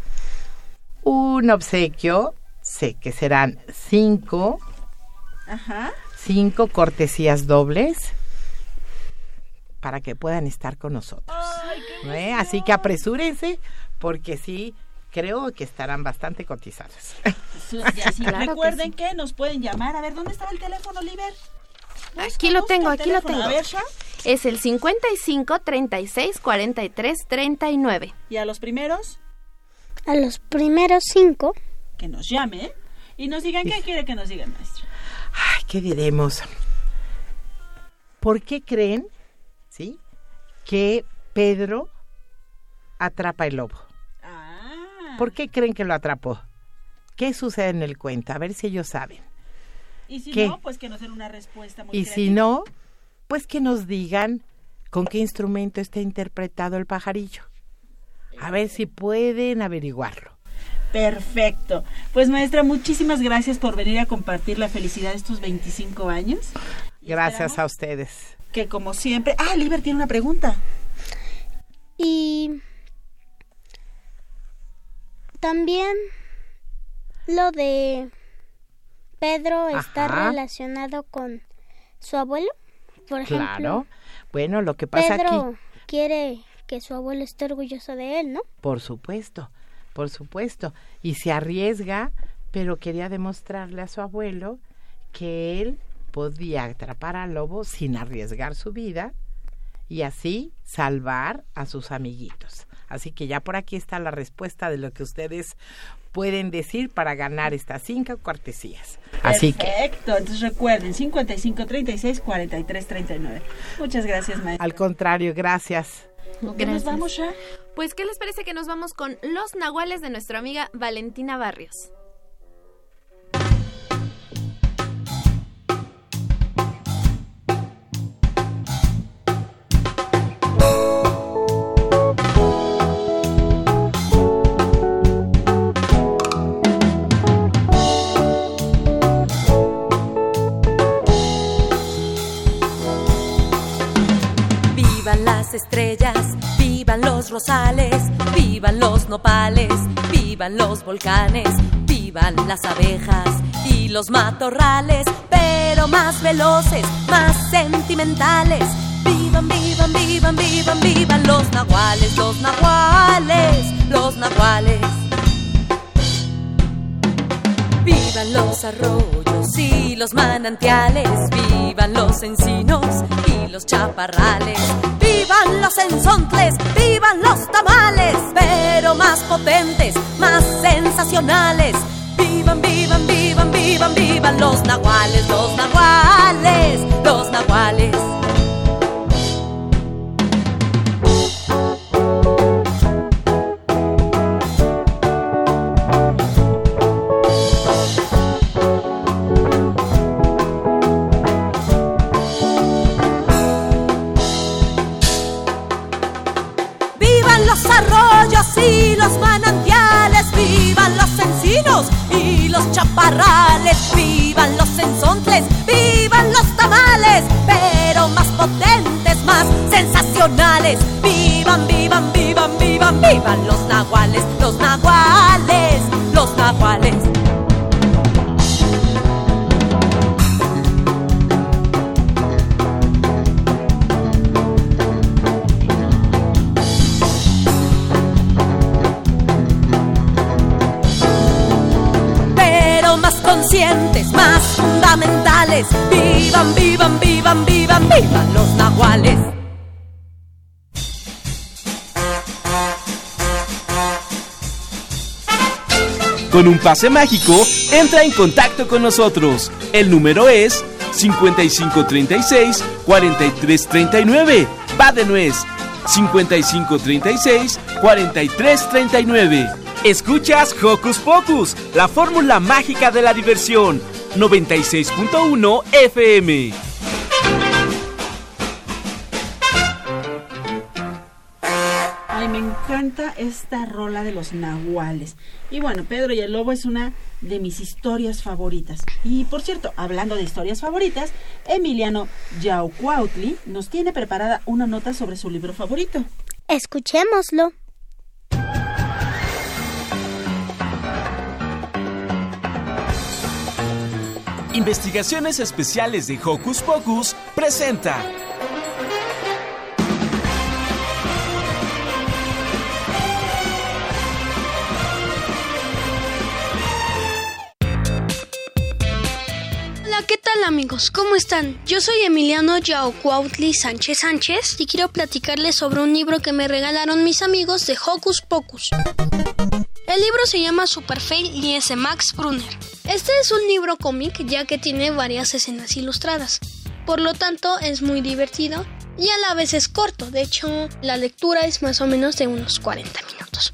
un obsequio, sé que serán cinco, Ajá. cinco cortesías dobles, para que puedan estar con nosotros. Ay, ¿Eh? Así que apresúrense, porque sí, creo que estarán bastante cotizadas. Ya, sí, claro. Recuerden que, sí. que nos pueden llamar. A ver, ¿dónde estaba el teléfono, Liber? Aquí lo tengo, aquí lo tengo. A ver, ¿ya? Es el cincuenta y cinco, treinta y seis, cuarenta y tres, treinta y nueve. ¿Y a los primeros? A los primeros cinco. Que nos llame y nos digan qué quiere que nos digan, maestra. Ay, ¿qué diremos? ¿Por qué creen, sí, que Pedro atrapa el lobo? Ah. ¿Por qué creen que lo atrapó? ¿Qué sucede en el cuento? A ver si ellos saben. Y si ¿Qué? no, pues que nos den una respuesta muy Y creativa. si no, pues que nos digan con qué instrumento está interpretado el pajarillo. A ver si pueden averiguarlo. Perfecto. Pues, maestra, muchísimas gracias por venir a compartir la felicidad de estos veinticinco años. Y gracias a ustedes. Que como siempre... Ah, Liber tiene una pregunta. Y también lo de Pedro está Ajá. relacionado con su abuelo, por ejemplo. Claro. Bueno, lo que pasa Pedro aquí... quiere que su abuelo esté orgulloso de él, ¿no? Por supuesto, por supuesto. Y se arriesga, pero quería demostrarle a su abuelo que él podía atrapar al lobo sin arriesgar su vida y así salvar a sus amiguitos. Así que ya por aquí está la respuesta de lo que ustedes pueden decir para ganar estas cinco cortesías. Así que perfecto, entonces recuerden, cincuenta y cinco, treinta y seis, cuarenta y tres, treinta y nueve. Muchas gracias, maestra. Al contrario, gracias. ¿Qué nos vamos ya? Pues, ¿qué les parece que nos vamos con Los Nahuales de nuestra amiga Valentina Barrios? Estrellas, vivan los rosales, vivan los nopales, vivan los volcanes, vivan las abejas y los matorrales, pero más veloces, más sentimentales. Vivan, vivan, vivan, vivan, vivan los nahuales, los nahuales, los nahuales. Vivan los arroyos y los manantiales, vivan los encinos y los chaparrales, vivan los enzontles, vivan vivan los tamales, pero más potentes, más sensacionales. Vivan, vivan, vivan, vivan, vivan los nahuales, los nahuales, los nahuales. Y los manantiales, vivan los encinos y los chaparrales, vivan los enzontles, vivan los tamales, pero más potentes, más sensacionales. Vivan, vivan, vivan, vivan, vivan los nahuales, los nahuales, los nahuales. Conscientes, más fundamentales. Vivan, vivan, vivan, vivan, vivan los nahuales. Con un pase mágico, entra en contacto con nosotros. El número es cincuenta y cinco treinta y seis, cuarenta y tres treinta y nueve. Va de nuez. cincuenta y cinco treinta y seis, cuarenta y tres treinta y nueve. Escuchas Hocus Pocus, la fórmula mágica de la diversión. noventa y seis punto uno F M. Ay, me encanta esta rola de los nahuales. Y bueno, Pedro y el Lobo es una de mis historias favoritas. Y por cierto, hablando de historias favoritas, Emiliano Yaucuautli nos tiene preparada una nota sobre su libro favorito. Escuchémoslo. Investigaciones Especiales de Hocus Pocus presenta Hola, ¿qué tal amigos? ¿Cómo están? Yo soy Emiliano Yaucuautli Sánchez Sánchez y quiero platicarles sobre un libro que me regalaron mis amigos de Hocus Pocus. El libro se llama Super Fail y es de Max Brunner. Este es un libro cómic ya que tiene varias escenas ilustradas. Por lo tanto es muy divertido y a la vez es corto. De hecho, la lectura es más o menos de unos cuarenta minutos.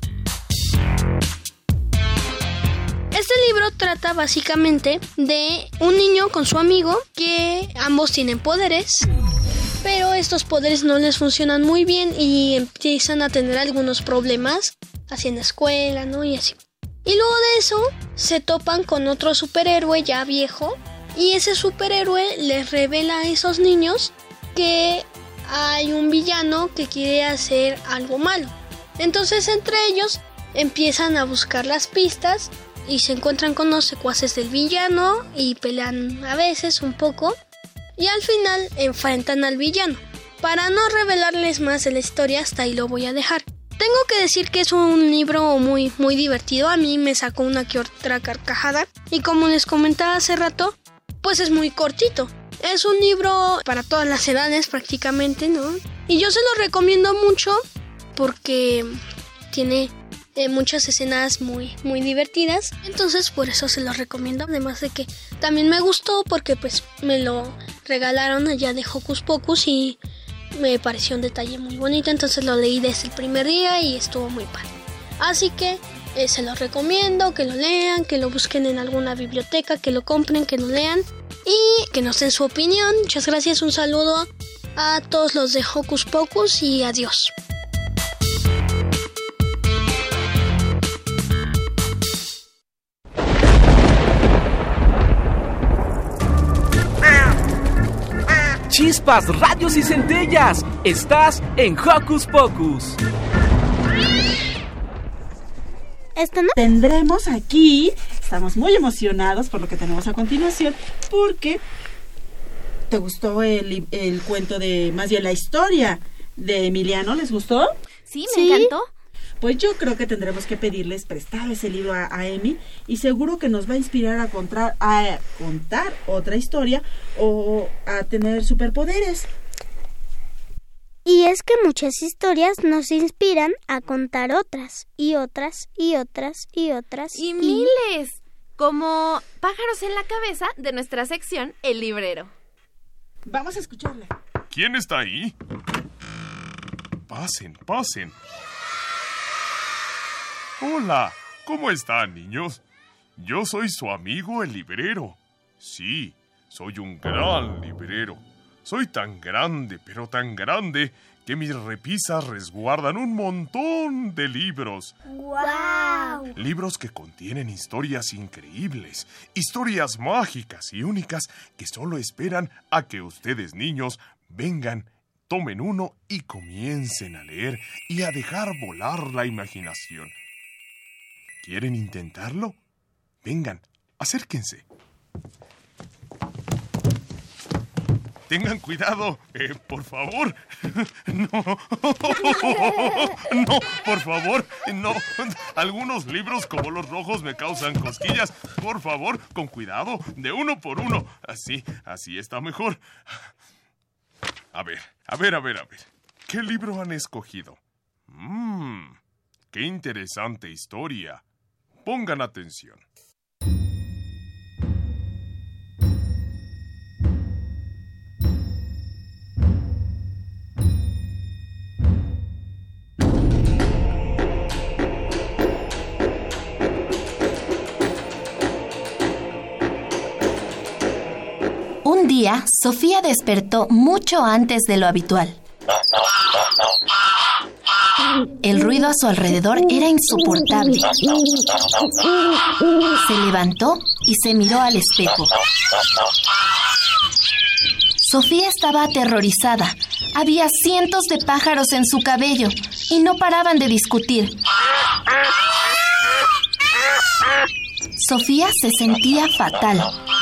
Este libro trata básicamente de un niño con su amigo que ambos tienen poderes, pero estos poderes no les funcionan muy bien y empiezan a tener algunos problemas así en la escuela, ¿no? Y así. Y luego de eso se topan con otro superhéroe ya viejo y ese superhéroe les revela a esos niños que hay un villano que quiere hacer algo malo. Entonces entre ellos empiezan a buscar las pistas y se encuentran con los secuaces del villano y pelean a veces un poco y al final enfrentan al villano. Para no revelarles más de la historia, hasta ahí lo voy a dejar. Tengo que decir que es un libro muy, muy divertido. A mí me sacó una que otra carcajada. Y como les comentaba hace rato, pues es muy cortito. Es un libro para todas las edades prácticamente, ¿no? Y yo se lo recomiendo mucho porque tiene eh, muchas escenas muy, muy divertidas. Entonces por eso se lo recomiendo. Además de que también me gustó porque pues me lo regalaron allá de Hocus Pocus y me pareció un detalle muy bonito, entonces lo leí desde el primer día y estuvo muy padre. Así que eh, se lo recomiendo, que lo lean, que lo busquen en alguna biblioteca, que lo compren, que lo lean y que nos den su opinión. Muchas gracias, un saludo a todos los de Hocus Pocus y adiós. Chispas, rayos y centellas. Estás en Hocus Pocus. Esto no. Tendremos aquí, estamos muy emocionados por lo que tenemos a continuación, porque ¿te gustó el, el cuento de, más bien la historia de Emiliano? ¿Les gustó? Sí, me ¿Sí? encantó. Pues yo creo que tendremos que pedirles prestar ese libro a, a Emi y seguro que nos va a inspirar a contar, a contar otra historia o a tener superpoderes. Y es que muchas historias nos inspiran a contar otras, y otras, y otras, y otras. Y, y... miles, como Pájaros en la Cabeza de nuestra sección El Librero. Vamos a escucharla. ¿Quién está ahí? Pasen, pasen. Hola, ¿cómo están, niños? Yo soy su amigo el librero. Sí, soy un gran librero. Soy tan grande, pero tan grande, que mis repisas resguardan un montón de libros. ¡Guau! Libros que contienen historias increíbles, historias mágicas y únicas que solo esperan a que ustedes, niños, vengan, tomen uno y comiencen a leer y a dejar volar la imaginación. ¿Quieren intentarlo? Vengan, acérquense. Tengan cuidado, eh, por favor. No, no, por favor, no. Algunos libros como los rojos me causan cosquillas. Por favor, con cuidado, de uno por uno. Así, así está mejor. A ver, a ver, a ver, a ver. ¿Qué libro han escogido? Mmm, qué interesante historia. Pongan atención. Un día, Sofía despertó mucho antes de lo habitual. El ruido a su alrededor era insoportable. Se levantó y se miró al espejo. Sofía estaba aterrorizada. Había cientos de pájaros en su cabello y no paraban de discutir. Sofía se sentía fatal.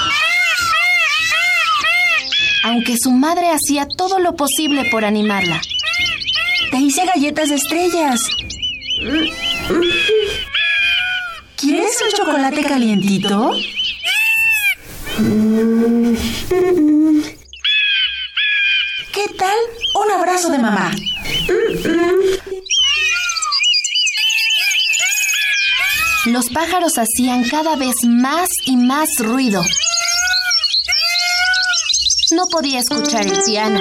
Aunque su madre hacía todo lo posible por animarla. Te hice galletas de estrellas. ¿Quieres un chocolate calientito? ¿Qué tal un abrazo de mamá? Los pájaros hacían cada vez más y más ruido. No podía escuchar el piano.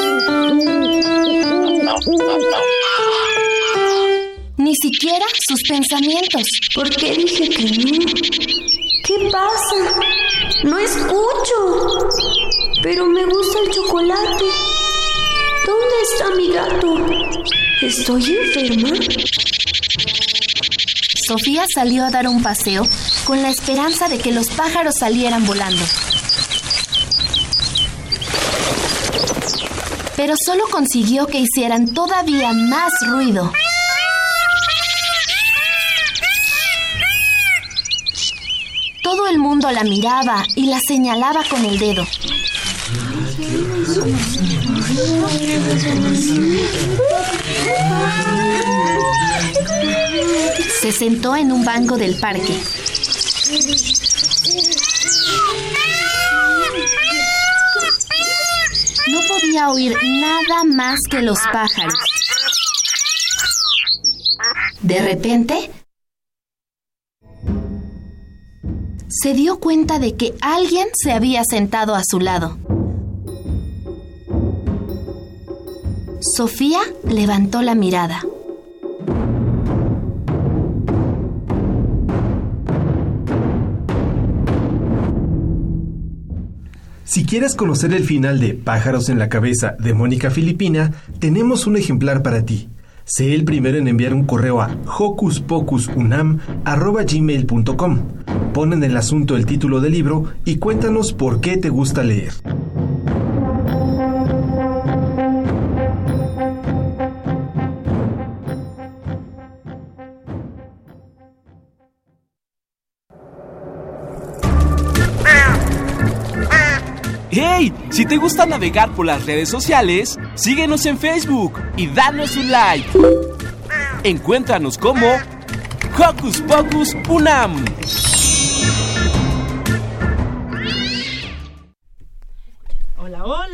Ni siquiera sus pensamientos. ¿Por qué dije que no? ¿Qué pasa? No escucho. Pero me gusta el chocolate. ¿Dónde está mi gato? ¿Estoy enferma? Sofía salió a dar un paseo con la esperanza de que los pájaros salieran volando. Pero solo consiguió que hicieran todavía más ruido. Todo el mundo la miraba y la señalaba con el dedo. Se sentó en un banco del parque. No podía oír nada más que los pájaros. De repente, se dio cuenta de que alguien se había sentado a su lado. Sofía levantó la mirada. Si quieres conocer el final de Pájaros en la Cabeza de Mónica Filipina, tenemos un ejemplar para ti. Sé el primero en enviar un correo a hocus pocus unam arroba gmail punto com. Pon en el asunto el título del libro y cuéntanos por qué te gusta leer. ¡Hey! Si te gusta navegar por las redes sociales, síguenos en Facebook y danos un like. Encuéntranos como Hocus Pocus Unam. Hola, hola,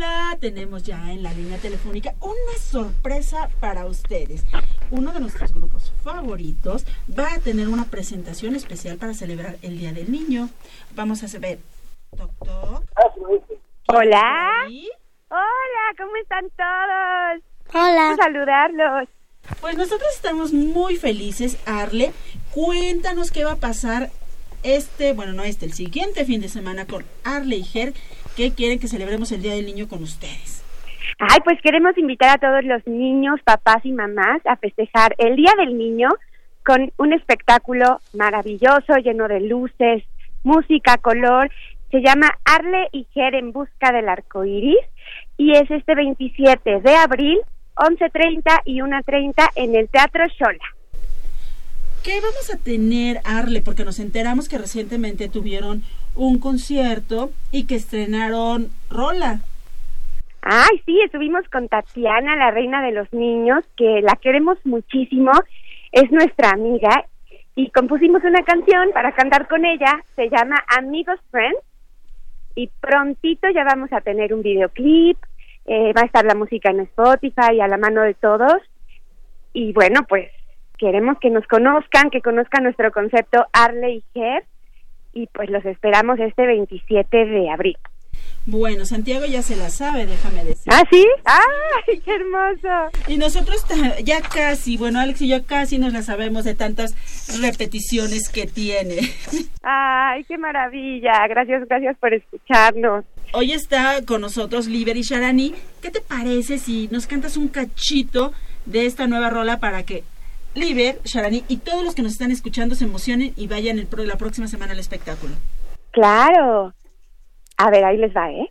tenemos ya en la línea telefónica una sorpresa para ustedes. Uno de nuestros grupos favoritos va a tener una presentación especial para celebrar el Día del Niño. Vamos a ver. Toc, toc. Hola. Hola, ¿cómo están todos? Hola. Quiero saludarlos. Pues nosotros estamos muy felices, Arle. Cuéntanos qué va a pasar este, bueno, no este, el siguiente fin de semana con Arle y Ger, que quieren que celebremos el Día del Niño con ustedes. Ay, pues queremos invitar a todos los niños, papás y mamás a festejar el Día del Niño con un espectáculo maravilloso, lleno de luces, música, color. Se llama Arle y Ger en busca del arco iris y es este veintisiete de abril, once treinta y una treinta en el Teatro Xola. ¿Qué vamos a tener, Arle? Porque nos enteramos que recientemente tuvieron un concierto y que estrenaron rola. Ay, sí, estuvimos con Tatiana, la reina de los niños, que la queremos muchísimo, es nuestra amiga, y compusimos una canción para cantar con ella, se llama Amigos Friends, y prontito ya vamos a tener un videoclip, eh, va a estar la música en Spotify a la mano de todos, y bueno, pues queremos que nos conozcan, que conozcan nuestro concepto Arle y Ger, y pues los esperamos este veintisiete de abril. Bueno, Santiago ya se la sabe, déjame decir. ¿Ah, sí? ¡Ay, qué hermoso! Y nosotros ya casi, bueno, Alex y yo casi nos la sabemos de tantas repeticiones que tiene. ¡Ay, qué maravilla! Gracias, gracias por escucharnos. Hoy está con nosotros Liber y Sharani. ¿Qué te parece si nos cantas un cachito de esta nueva rola para que Liber, Sharani y todos los que nos están escuchando se emocionen y vayan el, la próxima semana al espectáculo? ¡Claro! A ver, ahí les va, ¿eh?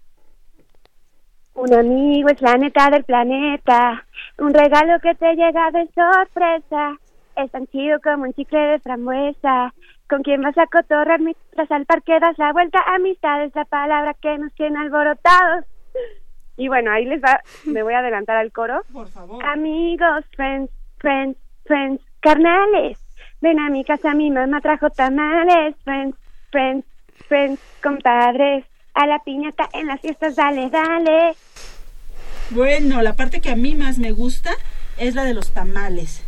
Un amigo es la neta del planeta, un regalo que te llega de sorpresa, es tan chido como un chicle de frambuesa, con quien vas a cotorrar mientras al parque das la vuelta, amistad es la palabra que nos tiene alborotados. Y bueno, ahí les va, me voy a adelantar al coro. Por favor. Amigos, friends, friends, friends, carnales, ven a mi casa, mi mamá trajo tamales, friends, friends, friends, compadres. A la piñata en las fiestas, dale, dale. Bueno, la parte que a mí más me gusta es la de los tamales.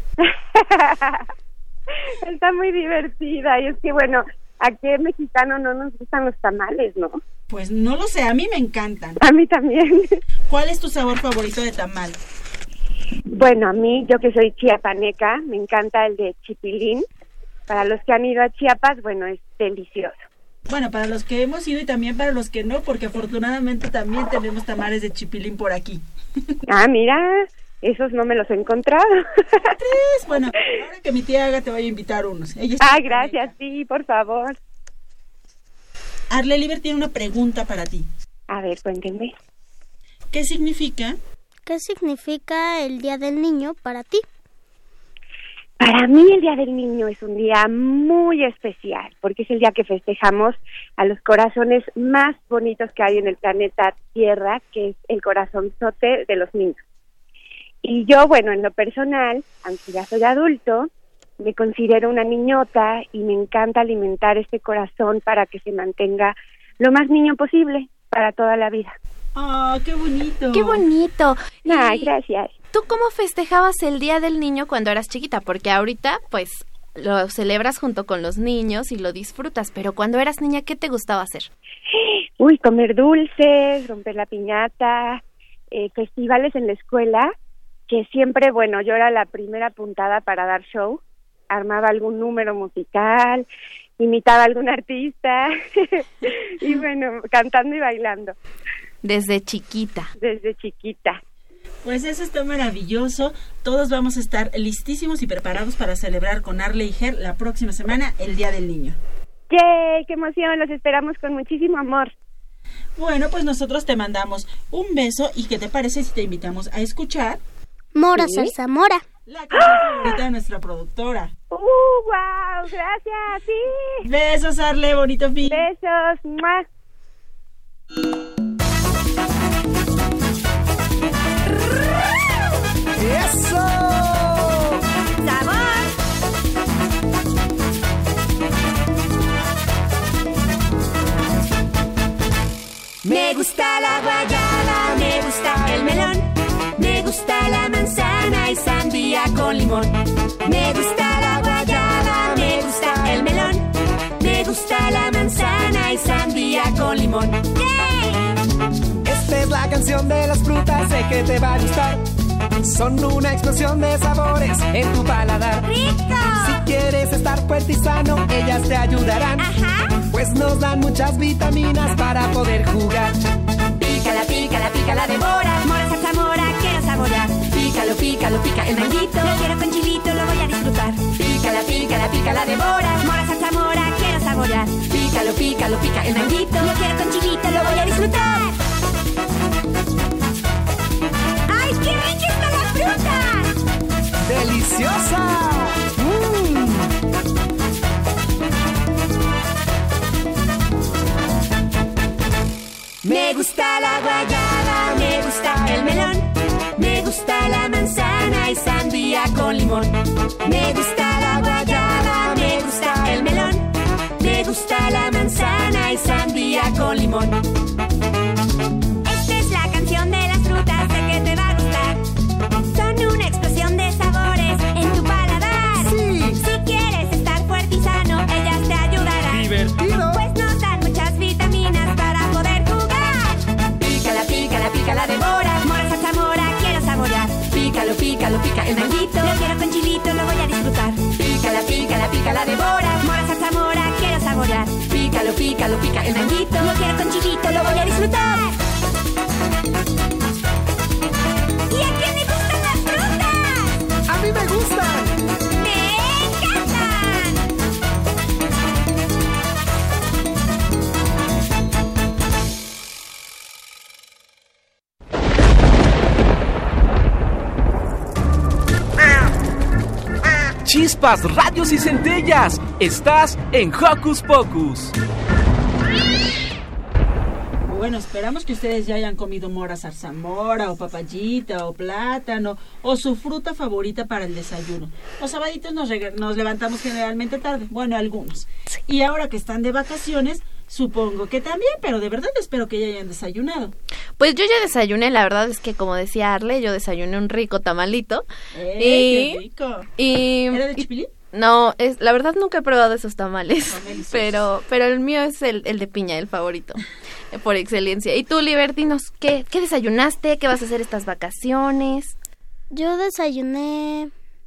Está muy divertida y es que, bueno, aquí en mexicano no nos gustan los tamales, ¿no? Pues no lo sé, a mí me encantan. A mí también. ¿Cuál es tu sabor favorito de tamal? Bueno, a mí, yo que soy chiapaneca, me encanta el de chipilín. Para los que han ido a Chiapas, bueno, es delicioso. Bueno, para los que hemos ido y también para los que no, porque afortunadamente también tenemos tamales de chipilín por aquí. Ah, mira, esos no me los he encontrado. ¿Crees? Bueno, ahora que mi tía haga te voy a invitar unos. Ella ah, gracias, sí, por favor. Arle, Liber tiene una pregunta para ti. A ver, cuéntenme. ¿Qué significa? ¿Qué significa el Día del Niño para ti? Para mí el Día del Niño es un día muy especial, porque es el día que festejamos a los corazones más bonitos que hay en el planeta Tierra, que es el corazonzote de los niños. Y yo, bueno, en lo personal, aunque ya soy adulto, me considero una niñota y me encanta alimentar este corazón para que se mantenga lo más niño posible para toda la vida. ¡Ah, oh, qué bonito! ¡Qué bonito! Ay, gracias. ¿Tú cómo festejabas el Día del Niño cuando eras chiquita? Porque ahorita, pues, lo celebras junto con los niños y lo disfrutas, pero cuando eras niña, ¿qué te gustaba hacer? Uy, comer dulces, romper la piñata, eh, festivales en la escuela, que siempre, bueno, yo era la primera apuntada para dar show, armaba algún número musical, imitaba a algún artista, y bueno, cantando y bailando. Desde chiquita. Desde chiquita. Pues eso está maravilloso. Todos vamos a estar listísimos y preparados para celebrar con Arle y Ger la próxima semana el Día del Niño. ¡Yay! ¡Qué emoción! Los esperamos con muchísimo amor. Bueno, pues nosotros te mandamos un beso y ¿qué te parece si te invitamos a escuchar? Mora ¿Sí? Zarzamora. La canción favorita de nuestra productora. ¡Uh, wow! ¡Gracias! ¡Sí! Besos, Arle. Bonito fin. Besos. ¡Mua! ¡Eso! ¡Sabor! Me gusta la guayaba, me gusta gusta el melón. Me gusta la manzana y sandía con limón. Me gusta la guayaba, me gusta el melón. Me gusta la manzana y sandía con limón. ¡Yay! Esta es la canción de las frutas, sé que te va a gustar. Son una explosión de sabores en tu paladar. ¡Rico! Si quieres estar fuerte y sano, ellas te ayudarán. Ajá. Pues nos dan muchas vitaminas para poder jugar. Pícala, pícala, pícala de mora. Mora, salsa, mora, quiero saborear. Pícalo, pícalo, pica el manguito. Lo quiero con chilito, lo voy a disfrutar. Pícala, pícala, pícala de mora. Mora, salsa, mora, quiero saborear. Pícalo, pícalo, pica el manguito. Lo quiero con chilito, lo voy a disfrutar. ¡Ay, qué rica está la fruta! ¡Deliciosa! ¡Mmm! Me gusta la guayaba, me gusta el melón. Me gusta la manzana y sandía con limón. Me gusta la guayaba, me gusta el melón. Me gusta la manzana y sandía con limón. Esta es la canción de las frutas, sé que te va a gustar. Son una explosión de sabores en tu paladar. Sí. Si quieres estar fuerte y sano, ellas te ayudarán. Divertido. Pues nos dan muchas vitaminas para poder jugar. Pícala, pícala, pícala de mora. Mora, salsa, mora, quiero saborear. Pícalo, pícalo, pica el manguito. Lo quiero con chilito, lo voy a disfrutar. Pícala, pícala, pícala de mora. Mora, salsa, mora, quiero saborear. Pícalo, pícalo, pica el manguito. Lo quiero con chilito, lo voy a disfrutar. ¿Y a quién le gustan las frutas? ¡A mí me gustan! ¡Me encantan! Chispas, radios y centellas. Estás en Hocus Pocus. Bueno, esperamos que ustedes ya hayan comido mora zarzamora o papayita o plátano o su fruta favorita para el desayuno. Los sabaditos nos, nos levantamos generalmente tarde, bueno, algunos. Y ahora que están de vacaciones, supongo que también, pero de verdad espero que ya hayan desayunado. Pues yo ya desayuné, la verdad es que como decía Arle, yo desayuné un rico tamalito. ¡Eh, y, qué rico! Y, ¿Era de chipilín? No, es, la verdad nunca he probado esos tamales, Son deliciosos. pero pero el mío es el, el de piña, el favorito, por excelencia. Y tú, Liber, dinos, ¿qué, ¿qué desayunaste? ¿Qué vas a hacer estas vacaciones? Yo desayuné...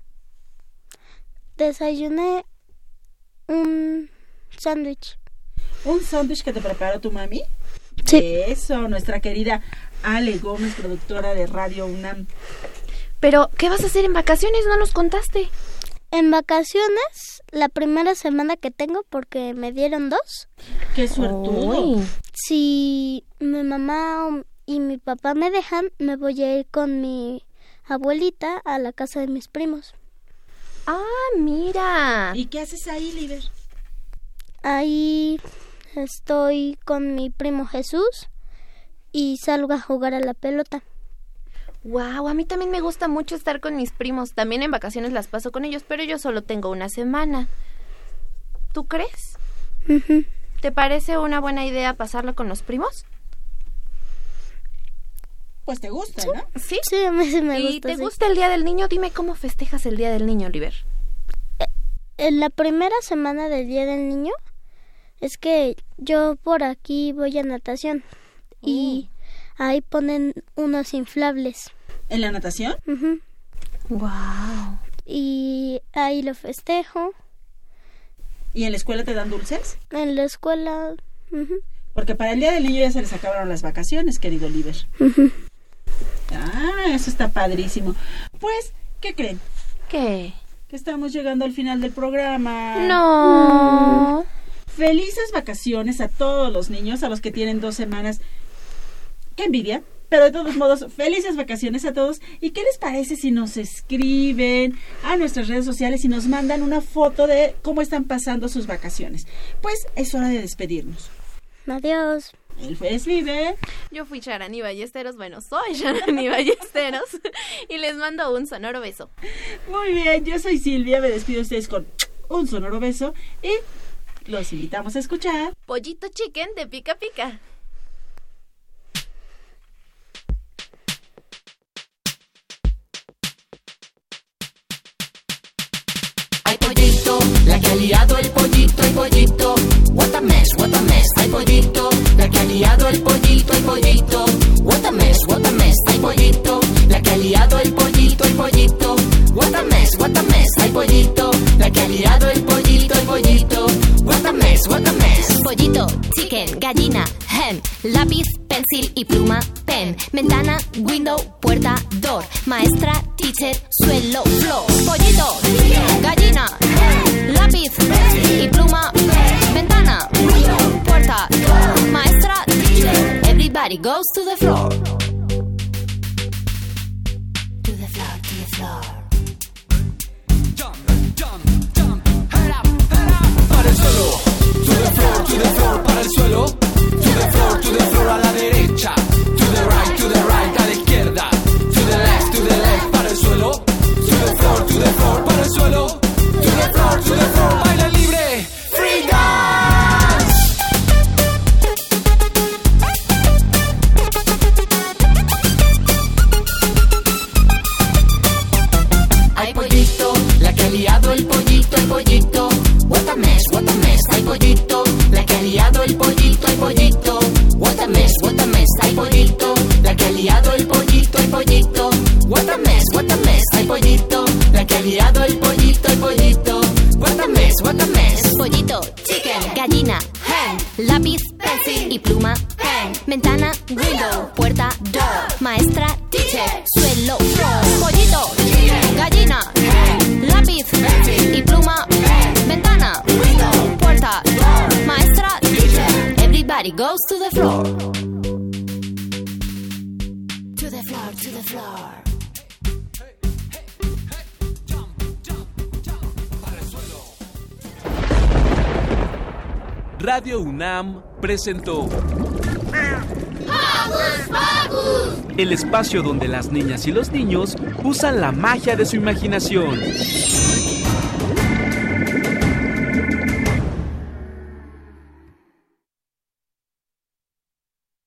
Desayuné un sándwich. ¿Un sándwich que te preparó tu mami? Sí. Eso, nuestra querida Ale Gómez, productora de Radio UNAM. Pero, ¿qué vas a hacer en vacaciones? No nos contaste. En vacaciones, la primera semana que tengo, porque me dieron dos. ¡Qué suertudo! Uy. Si mi mamá y mi papá me dejan, me voy a ir con mi abuelita a la casa de mis primos. Ah, mira. ¿Y qué haces ahí, Liber? Ahí estoy con mi primo Jesús y salgo a jugar a la pelota. Wow, a mí también me gusta mucho estar con mis primos. También en vacaciones las paso con ellos, pero yo solo tengo una semana. ¿Tú crees? Uh-huh. ¿Te parece una buena idea pasarla con los primos? Pues te gusta, ¿Sí? ¿no? Sí. Sí, a mí sí me ¿Y gusta. te sí. gusta el Día del Niño? Dime cómo festejas el Día del Niño, Oliver. En la primera semana del Día del Niño es que yo por aquí voy a natación y ahí ponen unos inflables. ¿En la natación? Uh-huh. Wow. Y ahí lo festejo. ¿Y en la escuela te dan dulces? En la escuela. Uh-huh. Porque para el Día del Niño ya se les acabaron las vacaciones, querido Oliver. Uh-huh. Ah, eso está padrísimo. Pues, ¿qué creen? ¿Qué? Que estamos llegando al final del programa. No. Felices vacaciones a todos los niños, a los que tienen dos semanas. ¡Qué envidia! Pero de todos modos, felices vacaciones a todos. ¿Y qué les parece si nos escriben a nuestras redes sociales y nos mandan una foto de cómo están pasando sus vacaciones? Pues es hora de despedirnos. Adiós. Él fue Vive. Yo fui Sharani Ballesteros, bueno, soy Sharani Ballesteros y les mando un sonoro beso. Muy bien, yo soy Silvia, me despido de ustedes con un sonoro beso y los invitamos a escuchar Pollito Chicken de Pica Pica. pollito, la que ha liado el pollito, el pollito. What a mess, what a mess, hay pollito, la que ha liado el pollito, el pollito. What a mess, what a mess, hay pollito, la que ha liado el pollito, el pollito. What a mess, what a mess, hay pollito, la que ha liado el pollito, el pollito. What a mess, what a mess. Pollito, chicken, gallina, hen, lápiz, pencil y pluma, pen, ventana, window, puerta, door, maestra, teacher, suelo, floor. Pollito, chicken, gallina, hen, lápiz, pencil y pluma, pen, ventana, window, puerta, door, maestra, teacher. Everybody goes to the floor. To the floor, to the floor. Para el suelo, to the floor, to the floor, para el suelo, to the floor, to the floor, a la derecha, to the right, to the right, a la izquierda, to the left, to the left, para el suelo, to the floor, to the floor, para el suelo, to the floor, to the floor, baila libre, free dance. Hay pollito, la que ha liado el pollito, el pollito. What a mess, what a mess, hay pollito, la que ha liado el pollito, el pollito. What a mess, what a mess, hay pollito, la que ha liado el pollito, el pollito. What a mess, what a mess, hay pollito, la que ha liado el pollito, el pollito. What a mess, what a mess. Pollito, chicken, gallina, hen, lápiz, pencil y pluma, pen, ventana, window, puerta, door, maestra, teacher, suelo, floor. Pollito, chicken, gallina, hen, lápiz, pencil y pluma, pen, ventana, window, puerta, door, maestra, teacher. Everybody goes to the floor. To the floor, to the floor. Radio UNAM presentó ¡Hocus Pocus! el espacio donde las niñas y los niños usan la magia de su imaginación.